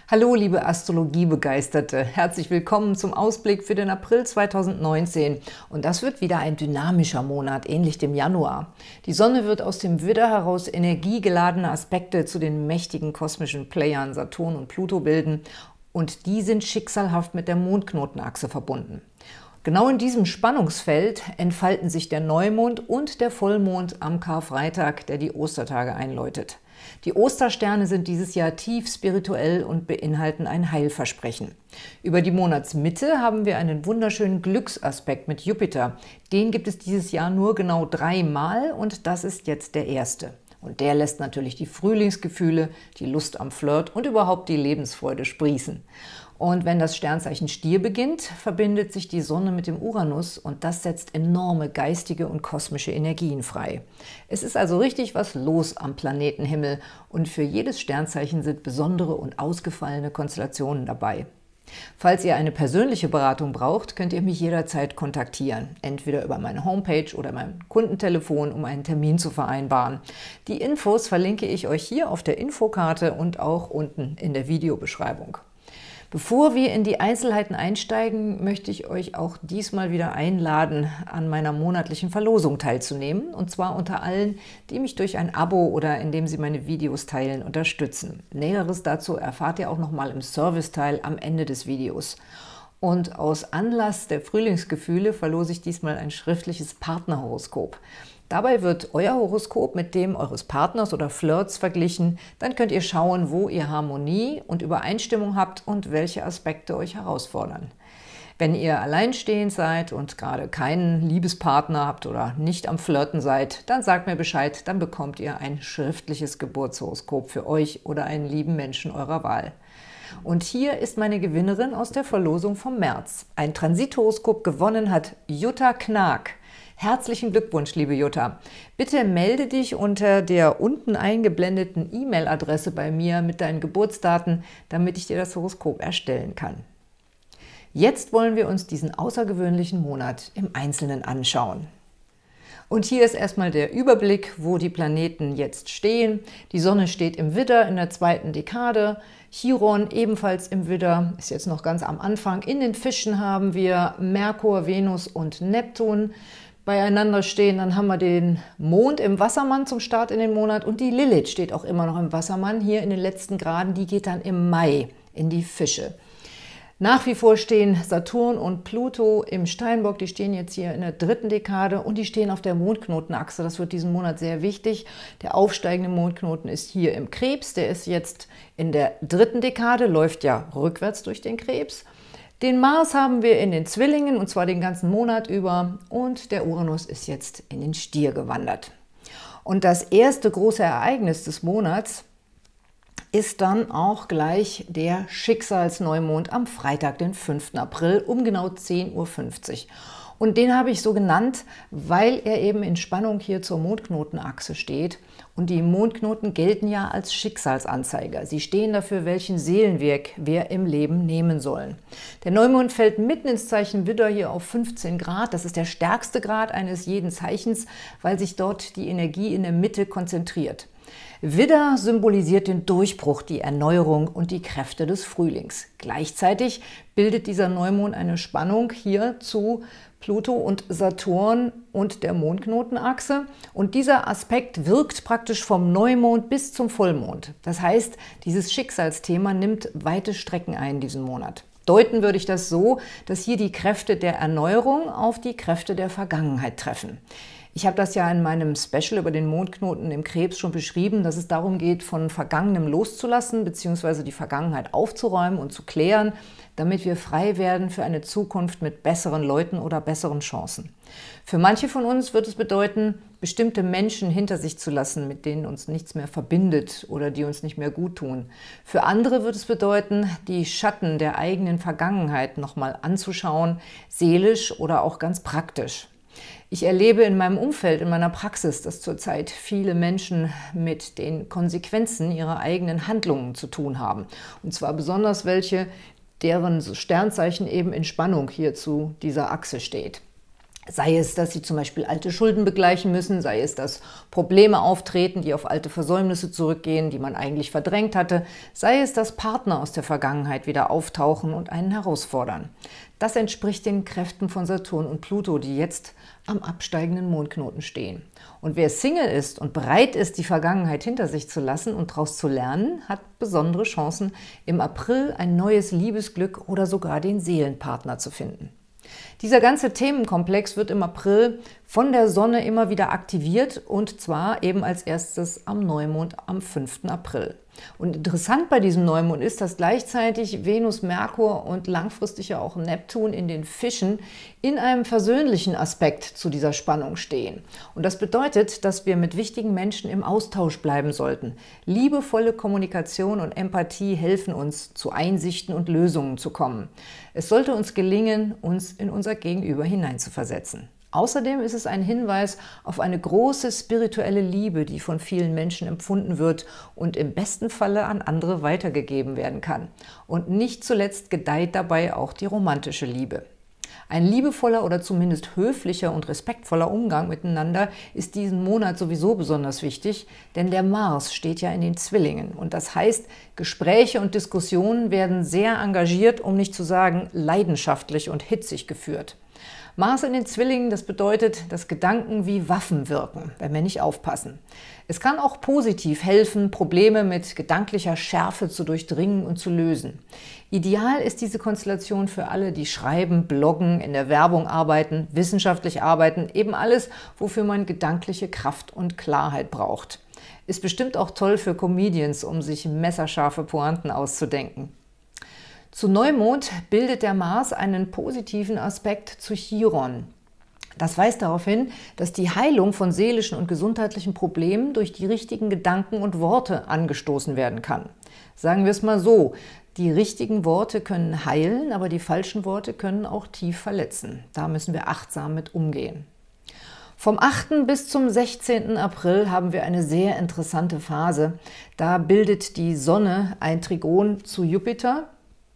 Hallo, liebe Astrologiebegeisterte. Herzlich willkommen zum Ausblick für den April 2019. Und das wird wieder ein dynamischer Monat, ähnlich dem Januar. Die Sonne wird aus dem Widder heraus energiegeladene Aspekte zu den mächtigen kosmischen Playern Saturn und Pluto bilden. Und die sind schicksalhaft mit der Mondknotenachse verbunden. Genau in diesem Spannungsfeld entfalten sich der Neumond und der Vollmond am Karfreitag, der die Ostertage einläutet. Die Ostersterne sind dieses Jahr tief spirituell und beinhalten ein Heilversprechen. Über die Monatsmitte haben wir einen wunderschönen Glücksaspekt mit Jupiter. Den gibt es dieses Jahr nur genau 3 Mal und das ist jetzt der erste. Und der lässt natürlich die Frühlingsgefühle, die Lust am Flirt und überhaupt die Lebensfreude sprießen. Und wenn das Sternzeichen Stier beginnt, verbindet sich die Sonne mit dem Uranus und das setzt enorme geistige und kosmische Energien frei. Es ist also richtig was los am Planetenhimmel und für jedes Sternzeichen sind besondere und ausgefallene Konstellationen dabei. Falls ihr eine persönliche Beratung braucht, könnt ihr mich jederzeit kontaktieren, entweder über meine Homepage oder mein Kundentelefon, um einen Termin zu vereinbaren. Die Infos verlinke ich euch hier auf der Infokarte und auch unten in der Videobeschreibung. Bevor wir in die Einzelheiten einsteigen, möchte ich euch auch diesmal wieder einladen, an meiner monatlichen Verlosung teilzunehmen, und zwar unter allen, die mich durch ein Abo oder indem sie meine Videos teilen, unterstützen. Näheres dazu erfahrt ihr auch nochmal im Serviceteil am Ende des Videos. Und aus Anlass der Frühlingsgefühle verlose ich diesmal ein schriftliches Partnerhoroskop. Dabei wird euer Horoskop mit dem eures Partners oder Flirts verglichen. Dann könnt ihr schauen, wo ihr Harmonie und Übereinstimmung habt und welche Aspekte euch herausfordern. Wenn ihr alleinstehend seid und gerade keinen Liebespartner habt oder nicht am Flirten seid, dann sagt mir Bescheid, dann bekommt ihr ein schriftliches Geburtshoroskop für euch oder einen lieben Menschen eurer Wahl. Und hier ist meine Gewinnerin aus der Verlosung vom März. Ein Transithoroskop gewonnen hat Jutta Knag. Herzlichen Glückwunsch, liebe Jutta. Bitte melde dich unter der unten eingeblendeten E-Mail-Adresse bei mir mit deinen Geburtsdaten, damit ich dir das Horoskop erstellen kann. Jetzt wollen wir uns diesen außergewöhnlichen Monat im Einzelnen anschauen. Und hier ist erstmal der Überblick, wo die Planeten jetzt stehen. Die Sonne steht im Widder in der 2. Dekade, Chiron ebenfalls im Widder, ist jetzt noch ganz am Anfang. In den Fischen haben wir Merkur, Venus und Neptun beieinander stehen. Dann haben wir den Mond im Wassermann zum Start in den Monat und die Lilith steht auch immer noch im Wassermann, hier in den letzten Graden. Die geht dann im Mai in die Fische. Nach wie vor stehen Saturn und Pluto im Steinbock, die stehen jetzt hier in der 3. Dekade und die stehen auf der Mondknotenachse. Das wird diesen Monat sehr wichtig. Der aufsteigende Mondknoten ist hier im Krebs, der ist jetzt in der 3. Dekade, läuft ja rückwärts durch den Krebs. Den Mars haben wir in den Zwillingen, und zwar den ganzen Monat über, und der Uranus ist jetzt in den Stier gewandert. Und das erste große Ereignis des Monats ist dann auch gleich der Schicksalsneumond am Freitag, den 5. April um genau 10:50 Uhr. Und den habe ich so genannt, weil er eben in Spannung hier zur Mondknotenachse steht. Und die Mondknoten gelten ja als Schicksalsanzeiger. Sie stehen dafür, welchen Seelenweg wir im Leben nehmen sollen. Der Neumond fällt mitten ins Zeichen Widder hier auf 15 Grad. Das ist der stärkste Grad eines jeden Zeichens, weil sich dort die Energie in der Mitte konzentriert. Widder symbolisiert den Durchbruch, die Erneuerung und die Kräfte des Frühlings. Gleichzeitig bildet dieser Neumond eine Spannung hier zu Pluto und Saturn und der Mondknotenachse. Und dieser Aspekt wirkt praktisch vom Neumond bis zum Vollmond. Das heißt, dieses Schicksalsthema nimmt weite Strecken ein diesen Monat. Deuten würde ich das so, dass hier die Kräfte der Erneuerung auf die Kräfte der Vergangenheit treffen. Ich habe das ja in meinem Special über den Mondknoten im Krebs schon beschrieben, dass es darum geht, von Vergangenem loszulassen bzw. die Vergangenheit aufzuräumen und zu klären, damit wir frei werden für eine Zukunft mit besseren Leuten oder besseren Chancen. Für manche von uns wird es bedeuten, bestimmte Menschen hinter sich zu lassen, mit denen uns nichts mehr verbindet oder die uns nicht mehr gut tun. Für andere wird es bedeuten, die Schatten der eigenen Vergangenheit nochmal anzuschauen, seelisch oder auch ganz praktisch. Ich erlebe in meinem Umfeld, in meiner Praxis, dass zurzeit viele Menschen mit den Konsequenzen ihrer eigenen Handlungen zu tun haben. Und zwar besonders welche, deren Sternzeichen eben in Spannung hier zu dieser Achse steht. Sei es, dass sie zum Beispiel alte Schulden begleichen müssen, sei es, dass Probleme auftreten, die auf alte Versäumnisse zurückgehen, die man eigentlich verdrängt hatte, sei es, dass Partner aus der Vergangenheit wieder auftauchen und einen herausfordern. Das entspricht den Kräften von Saturn und Pluto, die jetzt am absteigenden Mondknoten stehen. Und wer Single ist und bereit ist, die Vergangenheit hinter sich zu lassen und daraus zu lernen, hat besondere Chancen, im April ein neues Liebesglück oder sogar den Seelenpartner zu finden. Dieser ganze Themenkomplex wird im April von der Sonne immer wieder aktiviert und zwar eben als erstes am Neumond am 5. April. Und interessant bei diesem Neumond ist, dass gleichzeitig Venus, Merkur und langfristig ja auch Neptun in den Fischen in einem versöhnlichen Aspekt zu dieser Spannung stehen. Und das bedeutet, dass wir mit wichtigen Menschen im Austausch bleiben sollten. Liebevolle Kommunikation und Empathie helfen uns, zu Einsichten und Lösungen zu kommen. Es sollte uns gelingen, uns in unser Gegenüber hineinzuversetzen. Außerdem ist es ein Hinweis auf eine große spirituelle Liebe, die von vielen Menschen empfunden wird und im besten Falle an andere weitergegeben werden kann. Und nicht zuletzt gedeiht dabei auch die romantische Liebe. Ein liebevoller oder zumindest höflicher und respektvoller Umgang miteinander ist diesen Monat sowieso besonders wichtig, denn der Mars steht ja in den Zwillingen. Und das heißt, Gespräche und Diskussionen werden sehr engagiert, um nicht zu sagen leidenschaftlich und hitzig geführt. Mars in den Zwillingen, das bedeutet, dass Gedanken wie Waffen wirken, wenn wir nicht aufpassen. Es kann auch positiv helfen, Probleme mit gedanklicher Schärfe zu durchdringen und zu lösen. Ideal ist diese Konstellation für alle, die schreiben, bloggen, in der Werbung arbeiten, wissenschaftlich arbeiten, eben alles, wofür man gedankliche Kraft und Klarheit braucht. Ist bestimmt auch toll für Comedians, um sich messerscharfe Pointen auszudenken. Zu Neumond bildet der Mars einen positiven Aspekt zu Chiron. Das weist darauf hin, dass die Heilung von seelischen und gesundheitlichen Problemen durch die richtigen Gedanken und Worte angestoßen werden kann. Sagen wir es mal so, die richtigen Worte können heilen, aber die falschen Worte können auch tief verletzen. Da müssen wir achtsam mit umgehen. Vom 8. bis zum 16. April haben wir eine sehr interessante Phase. Da bildet die Sonne ein Trigon zu Jupiter.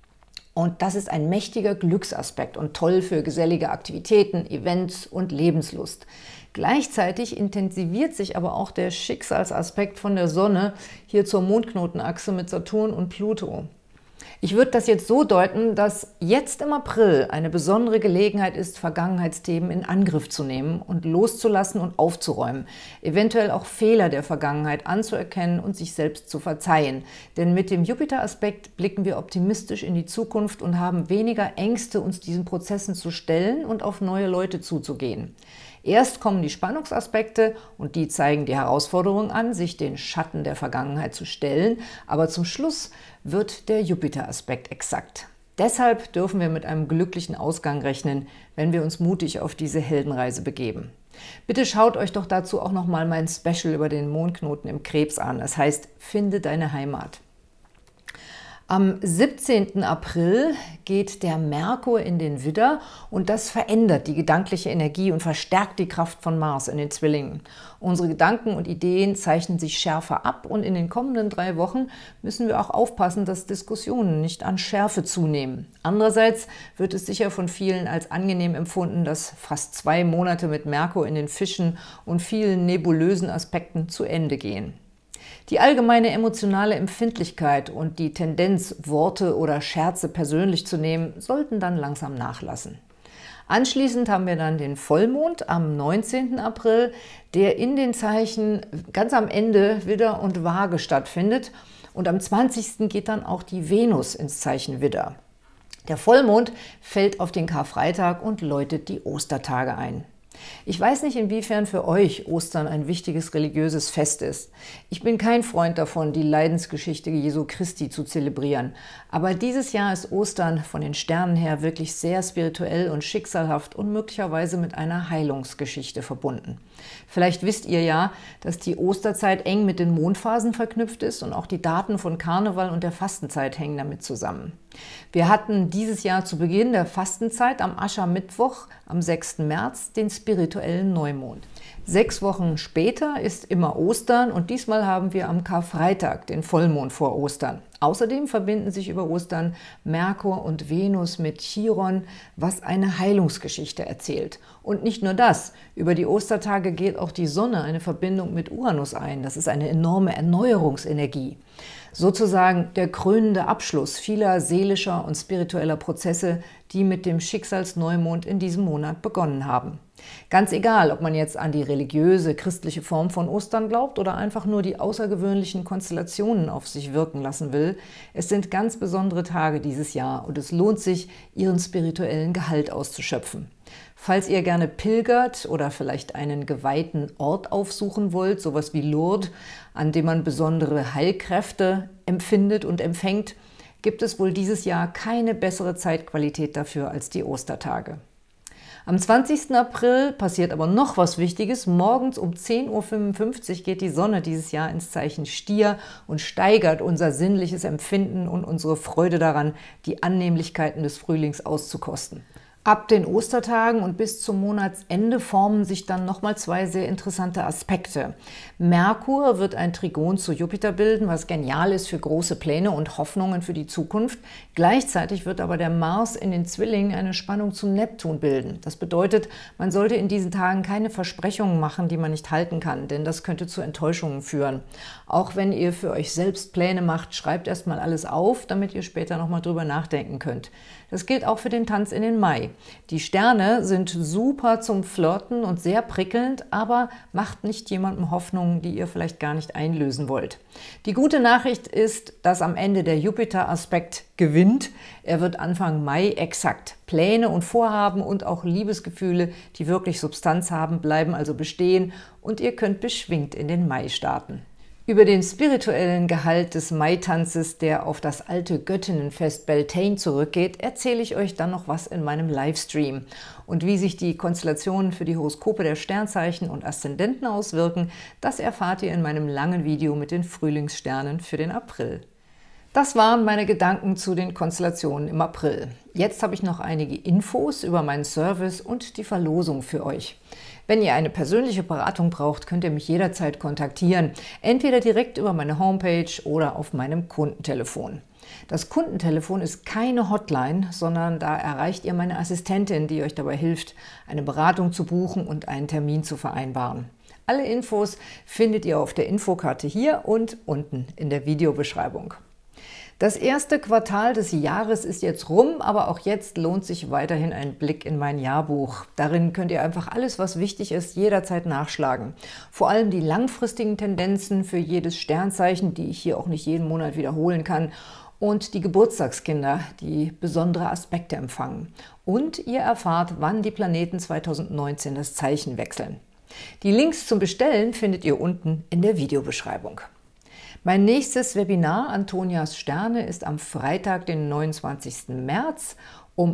Und das ist ein mächtiger Glücksaspekt und toll für gesellige Aktivitäten, Events und Lebenslust. Gleichzeitig intensiviert sich aber auch der Schicksalsaspekt von der Sonne hier zur Mondknotenachse mit Saturn und Pluto. Ich würde das jetzt so deuten, dass jetzt im April eine besondere Gelegenheit ist, Vergangenheitsthemen in Angriff zu nehmen und loszulassen und aufzuräumen, eventuell auch Fehler der Vergangenheit anzuerkennen und sich selbst zu verzeihen. Denn mit dem Jupiter-Aspekt blicken wir optimistisch in die Zukunft und haben weniger Ängste, uns diesen Prozessen zu stellen und auf neue Leute zuzugehen. Erst kommen die Spannungsaspekte und die zeigen die Herausforderung an, sich den Schatten der Vergangenheit zu stellen, aber zum Schluss wird der Jupiter-Aspekt exakt. Deshalb dürfen wir mit einem glücklichen Ausgang rechnen, wenn wir uns mutig auf diese Heldenreise begeben. Bitte schaut euch doch dazu auch nochmal mein Special über den Mondknoten im Krebs an. Das heißt, finde deine Heimat. Am 17. April geht der Merkur in den Widder und das verändert die gedankliche Energie und verstärkt die Kraft von Mars in den Zwillingen. Unsere Gedanken und Ideen zeichnen sich schärfer ab und in den kommenden 3 Wochen müssen wir auch aufpassen, dass Diskussionen nicht an Schärfe zunehmen. Andererseits wird es sicher von vielen als angenehm empfunden, dass fast 2 Monate mit Merkur in den Fischen und vielen nebulösen Aspekten zu Ende gehen. Die allgemeine emotionale Empfindlichkeit und die Tendenz, Worte oder Scherze persönlich zu nehmen, sollten dann langsam nachlassen. Anschließend haben wir dann den Vollmond am 19. April, der in den Zeichen ganz am Ende Widder und Waage stattfindet. Und am 20. geht dann auch die Venus ins Zeichen Widder. Der Vollmond fällt auf den Karfreitag und läutet die Ostertage ein. Ich weiß nicht, inwiefern für euch Ostern ein wichtiges religiöses Fest ist. Ich bin kein Freund davon, die Leidensgeschichte Jesu Christi zu zelebrieren. Aber dieses Jahr ist Ostern von den Sternen her wirklich sehr spirituell und schicksalhaft und möglicherweise mit einer Heilungsgeschichte verbunden. Vielleicht wisst ihr ja, dass die Osterzeit eng mit den Mondphasen verknüpft ist und auch die Daten von Karneval und der Fastenzeit hängen damit zusammen. Wir hatten dieses Jahr zu Beginn der Fastenzeit am Aschermittwoch, am 6. März, den spirituellen Neumond. 6 Wochen später ist immer Ostern und diesmal haben wir am Karfreitag den Vollmond vor Ostern. Außerdem verbinden sich über Ostern Merkur und Venus mit Chiron, was eine Heilungsgeschichte erzählt. Und nicht nur das, über die Ostertage geht auch die Sonne eine Verbindung mit Uranus ein. Das ist eine enorme Erneuerungsenergie. Sozusagen der krönende Abschluss vieler seelischer und spiritueller Prozesse, die mit dem Schicksalsneumond in diesem Monat begonnen haben. Ganz egal, ob man jetzt an die religiöse, christliche Form von Ostern glaubt oder einfach nur die außergewöhnlichen Konstellationen auf sich wirken lassen will, es sind ganz besondere Tage dieses Jahr und es lohnt sich, ihren spirituellen Gehalt auszuschöpfen. Falls ihr gerne pilgert oder vielleicht einen geweihten Ort aufsuchen wollt, sowas wie Lourdes, an dem man besondere Heilkräfte empfindet und empfängt, gibt es wohl dieses Jahr keine bessere Zeitqualität dafür als die Ostertage. Am 20. April passiert aber noch was Wichtiges. Morgens um 10:55 Uhr geht die Sonne dieses Jahr ins Zeichen Stier und steigert unser sinnliches Empfinden und unsere Freude daran, die Annehmlichkeiten des Frühlings auszukosten. Ab den Ostertagen und bis zum Monatsende formen sich dann nochmal 2 sehr interessante Aspekte. Merkur wird ein Trigon zu Jupiter bilden, was genial ist für große Pläne und Hoffnungen für die Zukunft. Gleichzeitig wird aber der Mars in den Zwillingen eine Spannung zu Neptun bilden. Das bedeutet, man sollte in diesen Tagen keine Versprechungen machen, die man nicht halten kann, denn das könnte zu Enttäuschungen führen. Auch wenn ihr für euch selbst Pläne macht, schreibt erstmal alles auf, damit ihr später nochmal drüber nachdenken könnt. Das gilt auch für den Tanz in den Mai. Die Sterne sind super zum Flirten und sehr prickelnd, aber macht nicht jemandem Hoffnungen, die ihr vielleicht gar nicht einlösen wollt. Die gute Nachricht ist, dass am Ende der Jupiter-Aspekt gewinnt. Er wird Anfang Mai exakt. Pläne und Vorhaben und auch Liebesgefühle, die wirklich Substanz haben, bleiben also bestehen und ihr könnt beschwingt in den Mai starten. Über den spirituellen Gehalt des Mai-Tanzes, der auf das alte Göttinnenfest Beltane zurückgeht, erzähle ich euch dann noch was in meinem Livestream. Und wie sich die Konstellationen für die Horoskope der Sternzeichen und Aszendenten auswirken, das erfahrt ihr in meinem langen Video mit den Frühlingssternen für den April. Das waren meine Gedanken zu den Konstellationen im April. Jetzt habe ich noch einige Infos über meinen Service und die Verlosung für euch. Wenn ihr eine persönliche Beratung braucht, könnt ihr mich jederzeit kontaktieren, entweder direkt über meine Homepage oder auf meinem Kundentelefon. Das Kundentelefon ist keine Hotline, sondern da erreicht ihr meine Assistentin, die euch dabei hilft, eine Beratung zu buchen und einen Termin zu vereinbaren. Alle Infos findet ihr auf der Infokarte hier und unten in der Videobeschreibung. Das erste Quartal des Jahres ist jetzt rum, aber auch jetzt lohnt sich weiterhin ein Blick in mein Jahrbuch. Darin könnt ihr einfach alles, was wichtig ist, jederzeit nachschlagen. Vor allem die langfristigen Tendenzen für jedes Sternzeichen, die ich hier auch nicht jeden Monat wiederholen kann, und die Geburtstagskinder, die besondere Aspekte empfangen. Und ihr erfahrt, wann die Planeten 2019 das Zeichen wechseln. Die Links zum Bestellen findet ihr unten in der Videobeschreibung. Mein nächstes Webinar, Antonias Sterne, ist am Freitag, den 29. März um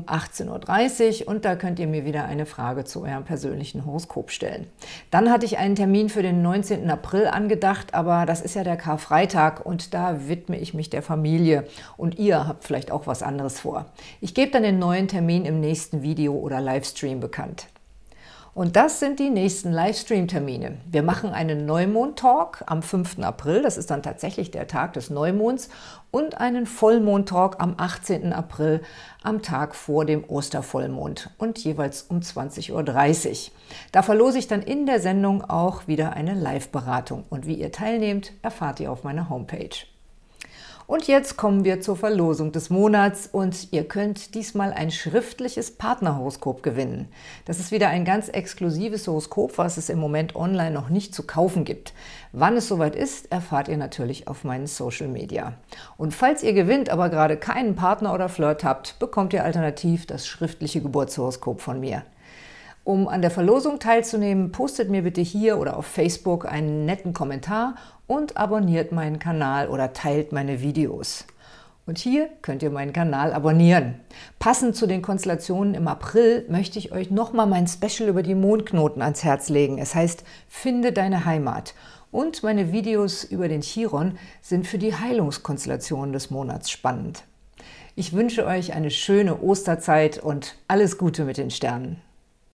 18:30 Uhr und da könnt ihr mir wieder eine Frage zu eurem persönlichen Horoskop stellen. Dann hatte ich einen Termin für den 19. April angedacht, aber das ist ja der Karfreitag und da widme ich mich der Familie und ihr habt vielleicht auch was anderes vor. Ich gebe dann den neuen Termin im nächsten Video oder Livestream bekannt. Und das sind die nächsten Livestream-Termine. Wir machen einen Neumond-Talk am 5. April, das ist dann tatsächlich der Tag des Neumonds, und einen Vollmond-Talk am 18. April, am Tag vor dem Ostervollmond und jeweils um 20:30 Uhr. Da verlose ich dann in der Sendung auch wieder eine Live-Beratung. Und wie ihr teilnehmt, erfahrt ihr auf meiner Homepage. Und jetzt kommen wir zur Verlosung des Monats und ihr könnt diesmal ein schriftliches Partnerhoroskop gewinnen. Das ist wieder ein ganz exklusives Horoskop, was es im Moment online noch nicht zu kaufen gibt. Wann es soweit ist, erfahrt ihr natürlich auf meinen Social Media. Und falls ihr gewinnt, aber gerade keinen Partner oder Flirt habt, bekommt ihr alternativ das schriftliche Geburtshoroskop von mir. Um an der Verlosung teilzunehmen, postet mir bitte hier oder auf Facebook einen netten Kommentar und abonniert meinen Kanal oder teilt meine Videos. Und hier könnt ihr meinen Kanal abonnieren. Passend zu den Konstellationen im April möchte ich euch nochmal mein Special über die Mondknoten ans Herz legen. Es heißt Finde deine Heimat. Und meine Videos über den Chiron sind für die Heilungskonstellationen des Monats spannend. Ich wünsche euch eine schöne Osterzeit und alles Gute mit den Sternen.